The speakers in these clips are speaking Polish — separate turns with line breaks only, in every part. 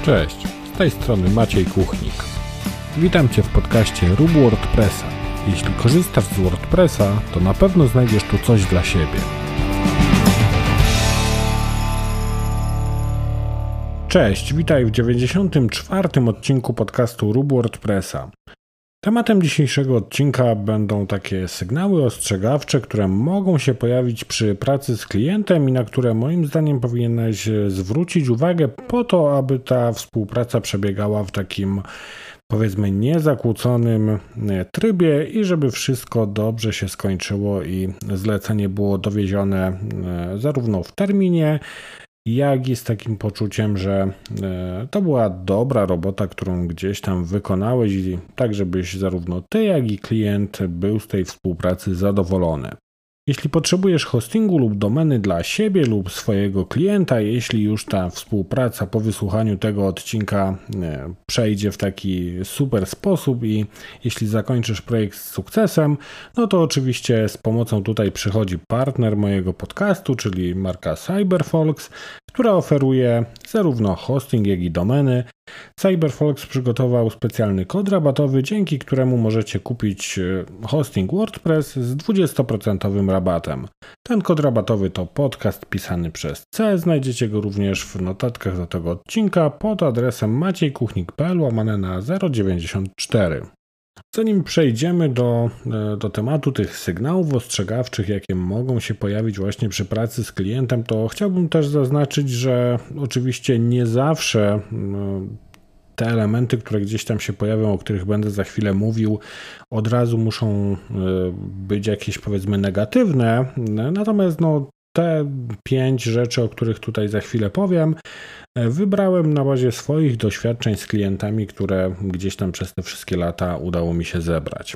Cześć, z tej strony Maciej Kuchnik. Witam Cię w podcaście Rób WordPressa. Jeśli korzystasz z WordPressa, to na pewno znajdziesz tu coś dla siebie. Cześć, witaj w 94. odcinku podcastu Rób WordPressa. Tematem dzisiejszego odcinka będą takie sygnały ostrzegawcze, które mogą się pojawić przy pracy z klientem i na które moim zdaniem powinieneś zwrócić uwagę po to, aby ta współpraca przebiegała w takim, powiedzmy, niezakłóconym trybie i żeby wszystko dobrze się skończyło i zlecenie było dowiezione zarówno w terminie, jak i z takim poczuciem, że to była dobra robota, którą gdzieś tam wykonałeś i tak, żebyś zarówno ty, jak i klient był z tej współpracy zadowolony. Jeśli potrzebujesz hostingu lub domeny dla siebie lub swojego klienta, jeśli już ta współpraca po wysłuchaniu tego odcinka przejdzie w taki super sposób i jeśli zakończysz projekt z sukcesem, no to oczywiście z pomocą tutaj przychodzi partner mojego podcastu, czyli marka Cyberfolks, która oferuje zarówno hosting, jak i domeny. Cyberfolks przygotował specjalny kod rabatowy, dzięki któremu możecie kupić hosting WordPress z 20% rabatem. Ten kod rabatowy to podcast pisany przez C. Znajdziecie go również w notatkach do tego odcinka pod adresem maciejkuchnik.pl/094. Zanim przejdziemy do tematu tych sygnałów ostrzegawczych, jakie mogą się pojawić właśnie przy pracy z klientem, to chciałbym też zaznaczyć, że oczywiście nie zawsze te elementy, które gdzieś tam się pojawią, o których będę za chwilę mówił, od razu muszą być jakieś, powiedzmy, negatywne. Natomiast te 5 rzeczy, o których tutaj za chwilę powiem, wybrałem na bazie swoich doświadczeń z klientami, które gdzieś tam przez te wszystkie lata udało mi się zebrać.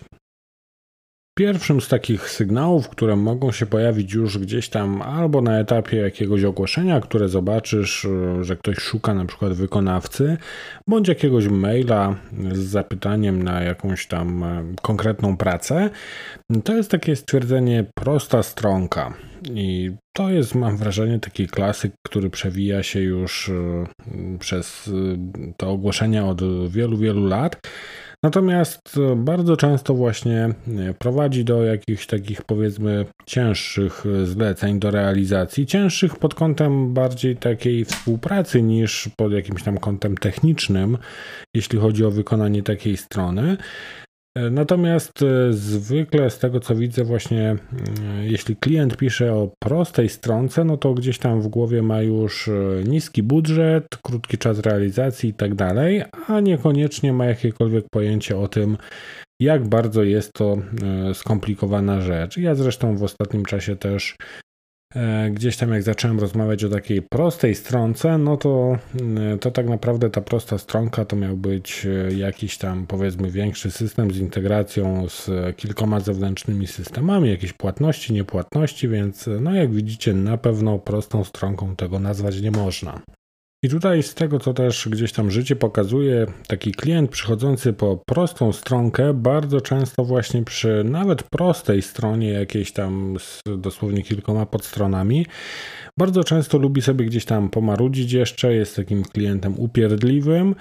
Pierwszym z takich sygnałów, które mogą się pojawić już gdzieś tam albo na etapie jakiegoś ogłoszenia, które zobaczysz, że ktoś szuka na przykład wykonawcy, bądź jakiegoś maila z zapytaniem na jakąś tam konkretną pracę, to jest takie stwierdzenie prosta stronka. I to jest, mam wrażenie, taki klasyk, który przewija się już przez te ogłoszenia od wielu, wielu lat. Natomiast bardzo często właśnie prowadzi do jakichś takich, powiedzmy, cięższych zleceń do realizacji. Cięższych pod kątem bardziej takiej współpracy niż pod jakimś tam kątem technicznym, jeśli chodzi o wykonanie takiej strony. Natomiast zwykle z tego, co widzę, właśnie jeśli klient pisze o prostej stronce, no to gdzieś tam w głowie ma już niski budżet, krótki czas realizacji i tak dalej, a niekoniecznie ma jakiekolwiek pojęcie o tym, jak bardzo jest to skomplikowana rzecz. Ja zresztą w ostatnim czasie też gdzieś tam, jak zacząłem rozmawiać o takiej prostej stronce, no to tak naprawdę ta prosta stronka to miał być jakiś tam, powiedzmy, większy system z integracją z kilkoma zewnętrznymi systemami, jakieś płatności, niepłatności, więc jak widzicie, na pewno prostą stronką tego nazwać nie można. I tutaj z tego, co też gdzieś tam życie pokazuje, taki klient przychodzący po prostą stronkę bardzo często właśnie przy nawet prostej stronie jakiejś tam z dosłownie kilkoma podstronami, bardzo często lubi sobie gdzieś tam pomarudzić jeszcze, jest takim klientem upierdliwym,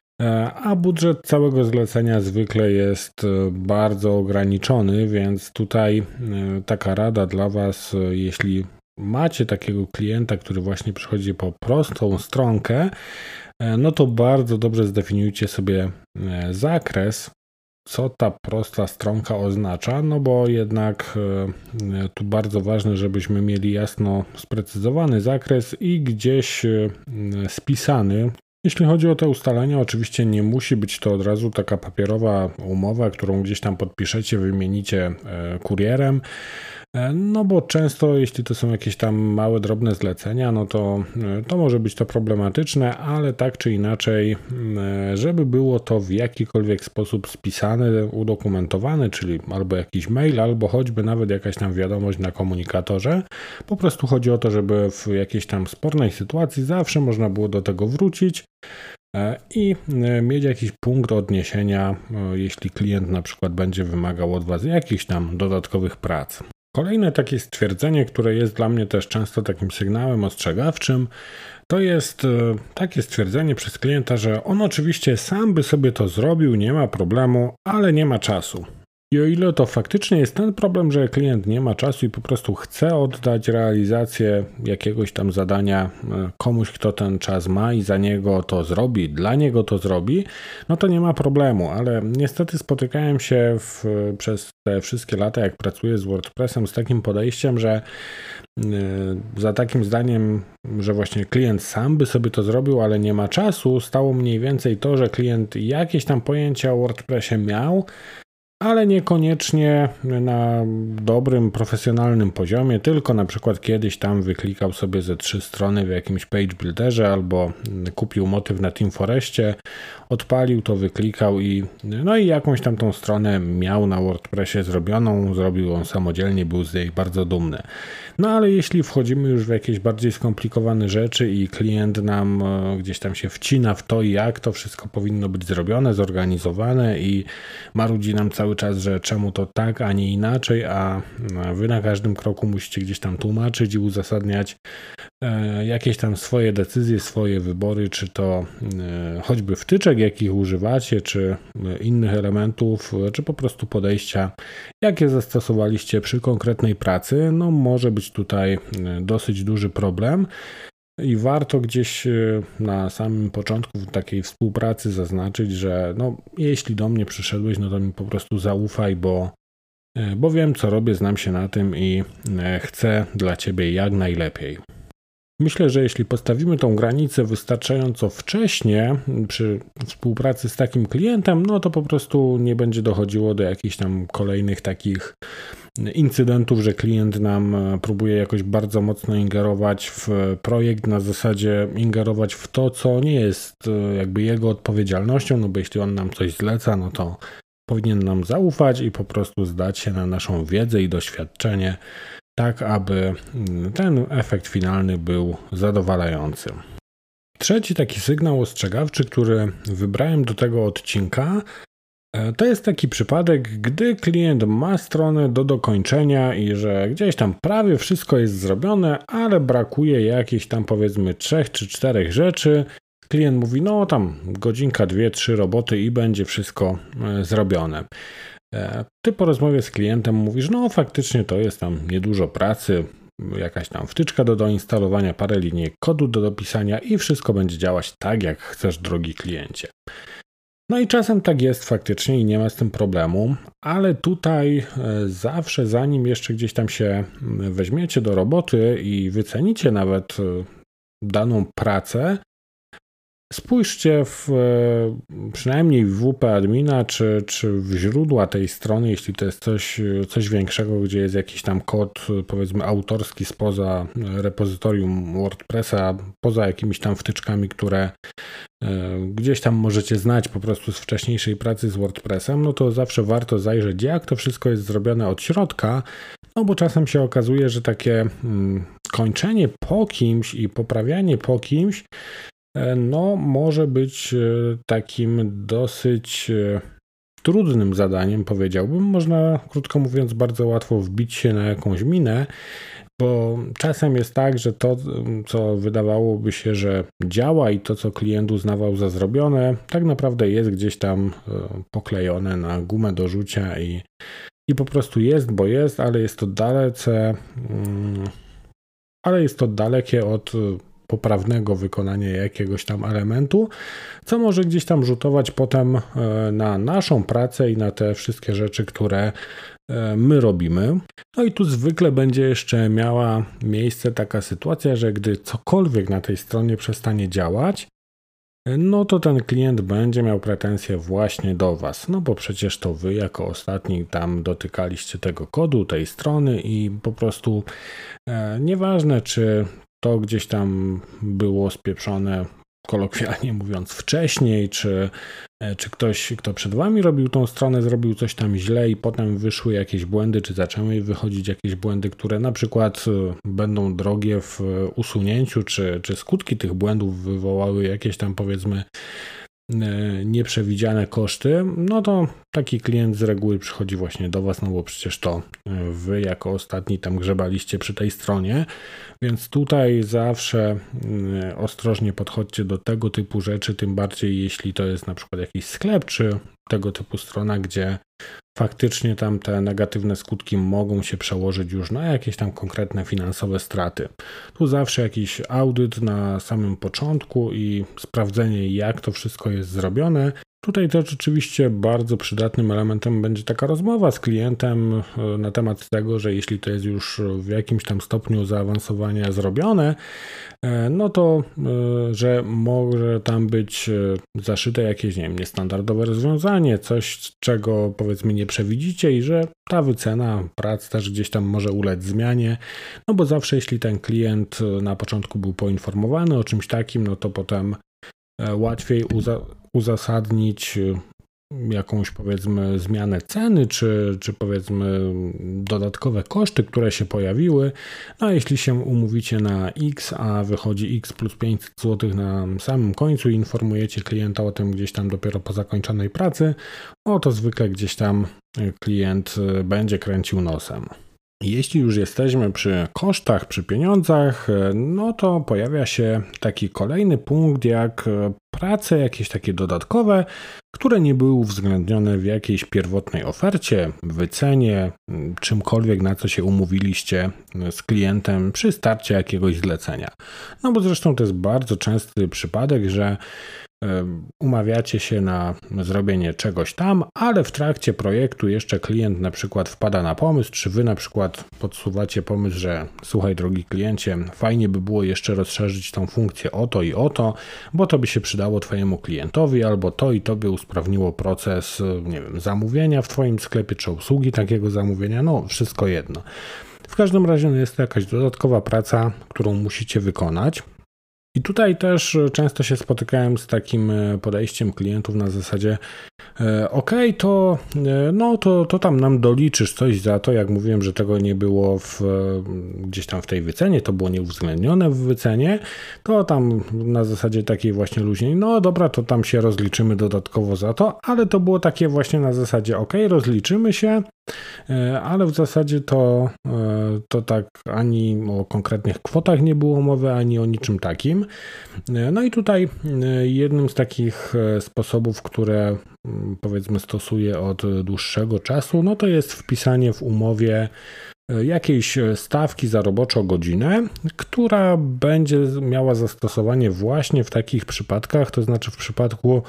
a budżet całego zlecenia zwykle jest bardzo ograniczony, więc tutaj taka rada dla Was, jeśli macie takiego klienta, który właśnie przychodzi po prostą stronkę, no to bardzo dobrze zdefiniujcie sobie zakres, co ta prosta stronka oznacza, no bo jednak tu bardzo ważne, żebyśmy mieli jasno sprecyzowany zakres i gdzieś spisany. Jeśli chodzi o te ustalenia, oczywiście nie musi być to od razu taka papierowa umowa, którą gdzieś tam podpiszecie, wymienicie kurierem. No bo często, jeśli to są jakieś tam małe, drobne zlecenia, no to może być to problematyczne, ale tak czy inaczej, żeby było to w jakikolwiek sposób spisane, udokumentowane, czyli albo jakiś mail, albo choćby nawet jakaś tam wiadomość na komunikatorze. Po prostu chodzi o to, żeby w jakiejś tam spornej sytuacji zawsze można było do tego wrócić i mieć jakiś punkt odniesienia, jeśli klient na przykład będzie wymagał od Was jakichś tam dodatkowych prac. Kolejne takie stwierdzenie, które jest dla mnie też często takim sygnałem ostrzegawczym, to jest takie stwierdzenie przez klienta, że on oczywiście sam by sobie to zrobił, nie ma problemu, ale nie ma czasu. I o ile to faktycznie jest ten problem, że klient nie ma czasu i po prostu chce oddać realizację jakiegoś tam zadania komuś, kto ten czas ma i za niego to zrobi, dla niego to zrobi, no to nie ma problemu, ale niestety spotykałem się przez te wszystkie lata, jak pracuję z WordPressem, z takim podejściem, że za takim zdaniem, że właśnie klient sam by sobie to zrobił, ale nie ma czasu, stało mniej więcej to, że klient jakieś tam pojęcia o WordPressie miał, ale niekoniecznie na dobrym, profesjonalnym poziomie, tylko na przykład kiedyś tam wyklikał sobie ze 3 strony w jakimś page builderze albo kupił motyw na TeamForestie, odpalił to, wyklikał i jakąś tam tą stronę miał na WordPressie zrobioną, zrobił ją samodzielnie, był z niej bardzo dumny. No ale jeśli wchodzimy już w jakieś bardziej skomplikowane rzeczy i klient nam gdzieś tam się wcina w to, jak to wszystko powinno być zrobione, zorganizowane i marudzi nam cały czas, że czemu to tak, a nie inaczej, a wy na każdym kroku musicie gdzieś tam tłumaczyć i uzasadniać jakieś tam swoje decyzje, swoje wybory, czy to choćby wtyczek, jakich używacie, czy innych elementów, czy po prostu podejścia, jakie zastosowaliście przy konkretnej pracy, no może być tutaj dosyć duży problem. I warto gdzieś na samym początku takiej współpracy zaznaczyć, że jeśli do mnie przyszedłeś, no to mi po prostu zaufaj, bo wiem, co robię, znam się na tym i chcę dla ciebie jak najlepiej. Myślę, że jeśli postawimy tą granicę wystarczająco wcześnie przy współpracy z takim klientem, no to po prostu nie będzie dochodziło do jakichś tam kolejnych takich incydentów, że klient nam próbuje jakoś bardzo mocno ingerować w projekt, na zasadzie ingerować w to, co nie jest jakby jego odpowiedzialnością, no bo jeśli on nam coś zleca, no to powinien nam zaufać i po prostu zdać się na naszą wiedzę i doświadczenie, tak aby ten efekt finalny był zadowalający. Trzeci taki sygnał ostrzegawczy, który wybrałem do tego odcinka, to jest taki przypadek, gdy klient ma stronę do dokończenia i że gdzieś tam prawie wszystko jest zrobione, ale brakuje jakichś tam powiedzmy 3 czy 4 rzeczy. Klient mówi, no tam godzinka, 2-3 roboty i będzie wszystko zrobione. Ty po rozmowie z klientem mówisz, no faktycznie to jest tam niedużo pracy, jakaś tam wtyczka do doinstalowania, parę linii kodu do dopisania i wszystko będzie działać tak, jak chcesz, drogi kliencie. No i czasem tak jest faktycznie i nie ma z tym problemu, ale tutaj zawsze zanim jeszcze gdzieś tam się weźmiecie do roboty i wycenicie nawet daną pracę, spójrzcie przynajmniej w WP admina czy w źródła tej strony, jeśli to jest coś większego, gdzie jest jakiś tam kod powiedzmy autorski spoza repozytorium WordPressa, poza jakimiś tam wtyczkami, które gdzieś tam możecie znać po prostu z wcześniejszej pracy z WordPressem, no to zawsze warto zajrzeć, jak to wszystko jest zrobione od środka, no bo czasem się okazuje, że takie kończenie po kimś i poprawianie po kimś no może być takim dosyć trudnym zadaniem, powiedziałbym. Można, krótko mówiąc, bardzo łatwo wbić się na jakąś minę, bo czasem jest tak, że to, co wydawałoby się, że działa i to, co klient uznawał za zrobione, tak naprawdę jest gdzieś tam poklejone na gumę do rzucia i po prostu jest, bo jest, ale jest to dalekie od poprawnego wykonania jakiegoś tam elementu, co może gdzieś tam rzutować potem na naszą pracę i na te wszystkie rzeczy, które my robimy. No i tu zwykle będzie jeszcze miała miejsce taka sytuacja, że gdy cokolwiek na tej stronie przestanie działać, no to ten klient będzie miał pretensje właśnie do Was, no bo przecież to Wy jako ostatni tam dotykaliście tego kodu, tej strony i po prostu nieważne, czy to gdzieś tam było spieprzone, kolokwialnie mówiąc, wcześniej, czy ktoś, kto przed Wami robił tą stronę, zrobił coś tam źle i potem wyszły jakieś błędy, czy zaczęły wychodzić jakieś błędy, które na przykład będą drogie w usunięciu, czy skutki tych błędów wywołały jakieś tam powiedzmy nieprzewidziane koszty, no to taki klient z reguły przychodzi właśnie do Was, no bo przecież to Wy jako ostatni tam grzebaliście przy tej stronie, więc tutaj zawsze ostrożnie podchodźcie do tego typu rzeczy, tym bardziej jeśli to jest na przykład jakiś sklep, czy tego typu strona, gdzie faktycznie tam te negatywne skutki mogą się przełożyć już na jakieś tam konkretne finansowe straty. Tu zawsze jakiś audyt na samym początku i sprawdzenie, jak to wszystko jest zrobione. Tutaj też oczywiście bardzo przydatnym elementem będzie taka rozmowa z klientem na temat tego, że jeśli to jest już w jakimś tam stopniu zaawansowania zrobione, no to, że może tam być zaszyte jakieś, nie wiem, niestandardowe rozwiązanie, coś, czego powiedzmy nie przewidzicie i że ta wycena prac też gdzieś tam może ulec zmianie, no bo zawsze jeśli ten klient na początku był poinformowany o czymś takim, no to potem łatwiej uzasadnić jakąś powiedzmy zmianę ceny, czy powiedzmy dodatkowe koszty, które się pojawiły. No a jeśli się umówicie na X, a wychodzi X plus 500 zł na samym końcu i informujecie klienta o tym gdzieś tam dopiero po zakończonej pracy, no to zwykle gdzieś tam klient będzie kręcił nosem. Jeśli już jesteśmy przy kosztach, przy pieniądzach, no to pojawia się taki kolejny punkt jak prace jakieś takie dodatkowe, które nie były uwzględnione w jakiejś pierwotnej ofercie, wycenie, czymkolwiek na co się umówiliście z klientem przy starcie jakiegoś zlecenia. No bo zresztą to jest bardzo częsty przypadek, że umawiacie się na zrobienie czegoś tam, ale w trakcie projektu jeszcze klient na przykład wpada na pomysł, czy wy na przykład podsuwacie pomysł, że słuchaj drogi kliencie, fajnie by było jeszcze rozszerzyć tą funkcję o to, bo to by się przydało twojemu klientowi, albo to i to by usprawniło proces, nie wiem, zamówienia w twoim sklepie, czy obsługi takiego zamówienia, no wszystko jedno. W każdym razie jest to jakaś dodatkowa praca, którą musicie wykonać. I tutaj też często się spotykałem z takim podejściem klientów na zasadzie to tam nam doliczysz coś za to, jak mówiłem, że tego nie było gdzieś tam w tej wycenie, to było nieuwzględnione w wycenie, to tam na zasadzie takiej właśnie luźniej, no dobra, to tam się rozliczymy dodatkowo za to, ale to było takie właśnie na zasadzie rozliczymy się, ale w zasadzie to tak ani o konkretnych kwotach nie było mowy, ani o niczym takim. No i tutaj jednym z takich sposobów, które powiedzmy stosuję od dłuższego czasu, no to jest wpisanie w umowie jakiejś stawki za roboczą godzinę, która będzie miała zastosowanie właśnie w takich przypadkach, to znaczy w przypadku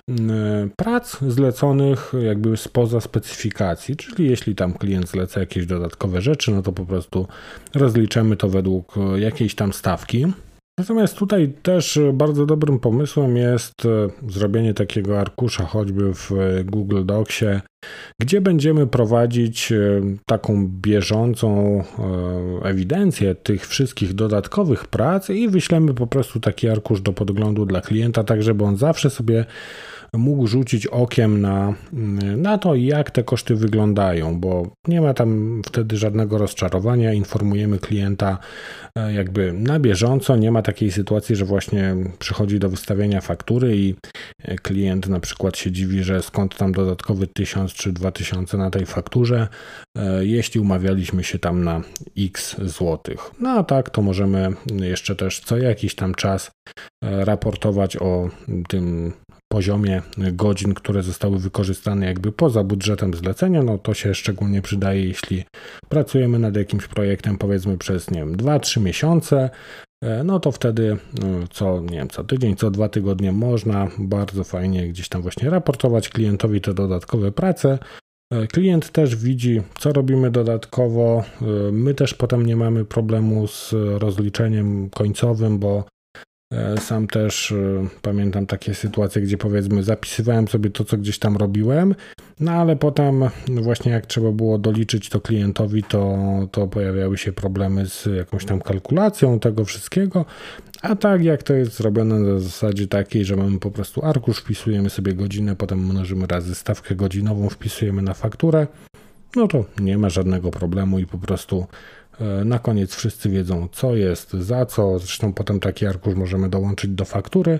prac zleconych jakby spoza specyfikacji, czyli jeśli tam klient zleca jakieś dodatkowe rzeczy, no to po prostu rozliczamy to według jakiejś tam stawki. Natomiast tutaj też bardzo dobrym pomysłem jest zrobienie takiego arkusza choćby w Google Docsie, gdzie będziemy prowadzić taką bieżącą ewidencję tych wszystkich dodatkowych prac i wyślemy po prostu taki arkusz do podglądu dla klienta, tak żeby on zawsze sobie mógł rzucić okiem na to, jak te koszty wyglądają, bo nie ma tam wtedy żadnego rozczarowania, informujemy klienta jakby na bieżąco, nie ma takiej sytuacji, że właśnie przychodzi do wystawienia faktury i klient na przykład się dziwi, że skąd tam dodatkowy 1000 czy 2000 na tej fakturze, jeśli umawialiśmy się tam na x złotych. No a tak to możemy jeszcze też co jakiś tam czas raportować o tym poziomie godzin, które zostały wykorzystane jakby poza budżetem zlecenia, no to się szczególnie przydaje, jeśli pracujemy nad jakimś projektem powiedzmy przez, nie wiem, 2-3 miesiące, no to wtedy co tydzień, co 2 tygodnie można bardzo fajnie gdzieś tam właśnie raportować klientowi te dodatkowe prace. Klient też widzi, co robimy dodatkowo. My też potem nie mamy problemu z rozliczeniem końcowym, bo sam też pamiętam takie sytuacje, gdzie powiedzmy zapisywałem sobie to, co gdzieś tam robiłem, no ale potem właśnie jak trzeba było doliczyć to klientowi, to pojawiały się problemy z jakąś tam kalkulacją tego wszystkiego, a tak jak to jest zrobione na zasadzie takiej, że mamy po prostu arkusz, wpisujemy sobie godzinę, potem mnożymy razy stawkę godzinową, wpisujemy na fakturę, no to nie ma żadnego problemu i po prostu na koniec wszyscy wiedzą, co jest za co. Zresztą potem taki arkusz możemy dołączyć do faktury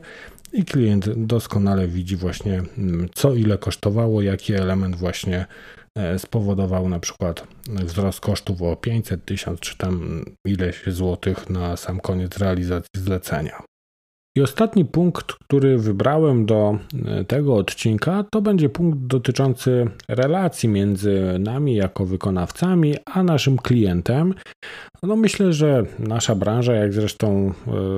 i klient doskonale widzi właśnie, co ile kosztowało, jaki element właśnie spowodował na przykład wzrost kosztów o 500, 1000 czy tam ileś złotych na sam koniec realizacji zlecenia. I ostatni punkt, który wybrałem do tego odcinka, to będzie punkt dotyczący relacji między nami jako wykonawcami, a naszym klientem. No myślę, że nasza branża, jak zresztą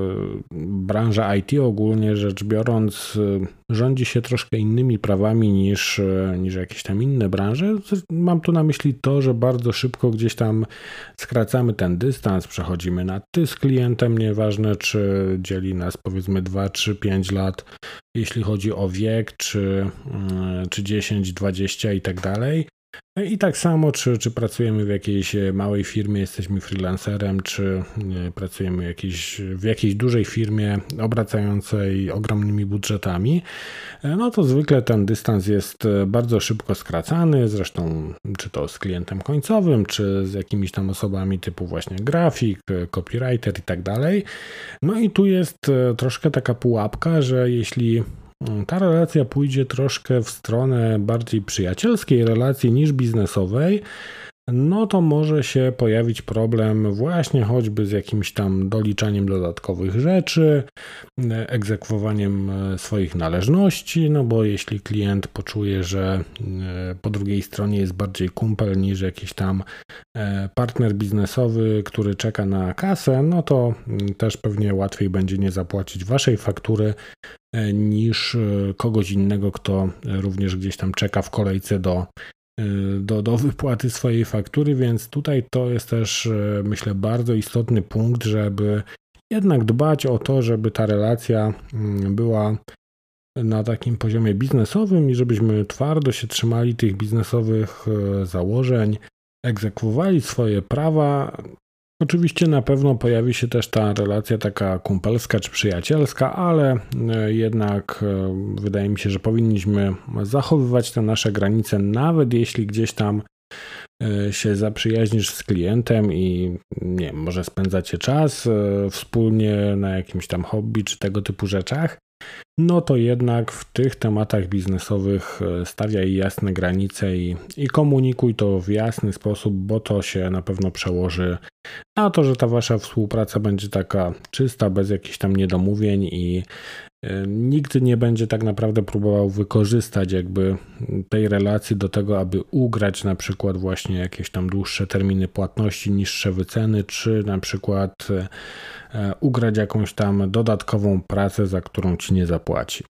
branża IT ogólnie rzecz biorąc, rządzi się troszkę innymi prawami niż jakieś tam inne branże. Mam tu na myśli to, że bardzo szybko gdzieś tam skracamy ten dystans, przechodzimy na ty z klientem, nieważne czy dzieli nas powiedzmy 2, 3, 5 lat, jeśli chodzi o wiek, czy 10, 20 i tak dalej. I tak samo, czy pracujemy w jakiejś małej firmie, jesteśmy freelancerem, czy pracujemy w jakiejś dużej firmie obracającej ogromnymi budżetami, no to zwykle ten dystans jest bardzo szybko skracany, zresztą czy to z klientem końcowym, czy z jakimiś tam osobami typu właśnie grafik, copywriter i tak dalej. No i tu jest troszkę taka pułapka, że jeśli ta relacja pójdzie troszkę w stronę bardziej przyjacielskiej relacji niż biznesowej, no to może się pojawić problem właśnie choćby z jakimś tam doliczaniem dodatkowych rzeczy, egzekwowaniem swoich należności, no bo jeśli klient poczuje, że po drugiej stronie jest bardziej kumpel niż jakiś tam partner biznesowy, który czeka na kasę, no to też pewnie łatwiej będzie nie zapłacić waszej faktury niż kogoś innego, kto również gdzieś tam czeka w kolejce do wypłaty swojej faktury, więc tutaj to jest też, myślę, bardzo istotny punkt, żeby jednak dbać o to, żeby ta relacja była na takim poziomie biznesowym i żebyśmy twardo się trzymali tych biznesowych założeń, egzekwowali swoje prawa. Oczywiście na pewno pojawi się też ta relacja taka kumpelska czy przyjacielska, ale jednak wydaje mi się, że powinniśmy zachowywać te nasze granice, nawet jeśli gdzieś tam się zaprzyjaźnisz z klientem i nie wiem, może spędzacie czas wspólnie na jakimś tam hobby czy tego typu rzeczach, no to jednak w tych tematach biznesowych stawiaj jasne granice i komunikuj to w jasny sposób, bo to się na pewno przełoży na to, że ta wasza współpraca będzie taka czysta, bez jakichś tam niedomówień i nikt nie będzie tak naprawdę próbował wykorzystać jakby tej relacji do tego, aby ugrać na przykład właśnie jakieś tam dłuższe terminy płatności, niższe wyceny, czy na przykład ugrać jakąś tam dodatkową pracę, za którą ci nie zapłaci.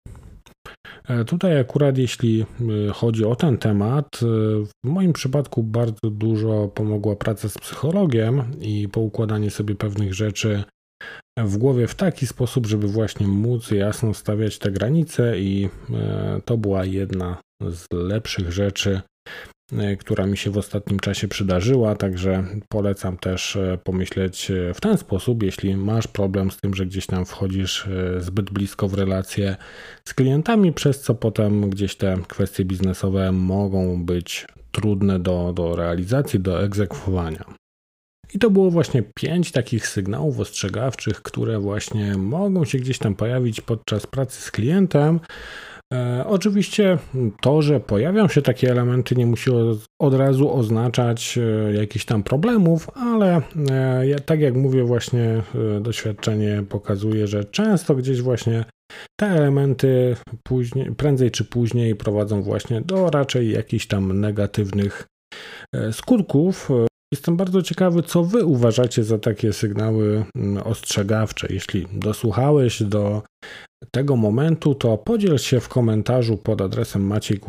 Tutaj akurat jeśli chodzi o ten temat, w moim przypadku bardzo dużo pomogła praca z psychologiem i poukładanie sobie pewnych rzeczy w głowie w taki sposób, żeby właśnie móc jasno stawiać te granice i to była jedna z lepszych rzeczy, która mi się w ostatnim czasie przydarzyła, także polecam też pomyśleć w ten sposób, jeśli masz problem z tym, że gdzieś tam wchodzisz zbyt blisko w relacje z klientami, przez co potem gdzieś te kwestie biznesowe mogą być trudne do realizacji, do egzekwowania. I to było właśnie 5 takich sygnałów ostrzegawczych, które właśnie mogą się gdzieś tam pojawić podczas pracy z klientem. Oczywiście to, że pojawią się takie elementy, nie musi od razu oznaczać jakichś tam problemów, ale tak jak mówię, właśnie doświadczenie pokazuje, że często gdzieś właśnie te elementy prędzej czy później prowadzą właśnie do raczej jakichś tam negatywnych skutków. Jestem bardzo ciekawy, co wy uważacie za takie sygnały ostrzegawcze. Jeśli dosłuchałeś do tego momentu, to podziel się w komentarzu pod adresem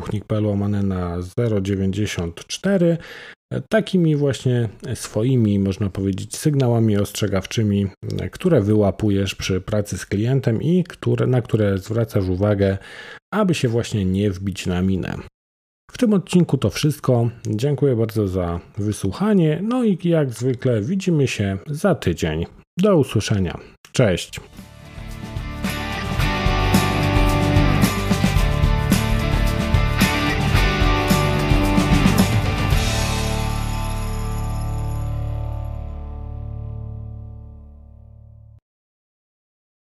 maciejkuchnik.pl/094 takimi właśnie swoimi, można powiedzieć, sygnałami ostrzegawczymi, które wyłapujesz przy pracy z klientem i na które zwracasz uwagę, aby się właśnie nie wbić na minę. W tym odcinku to wszystko. Dziękuję bardzo za wysłuchanie. No i jak zwykle widzimy się za tydzień. Do usłyszenia. Cześć.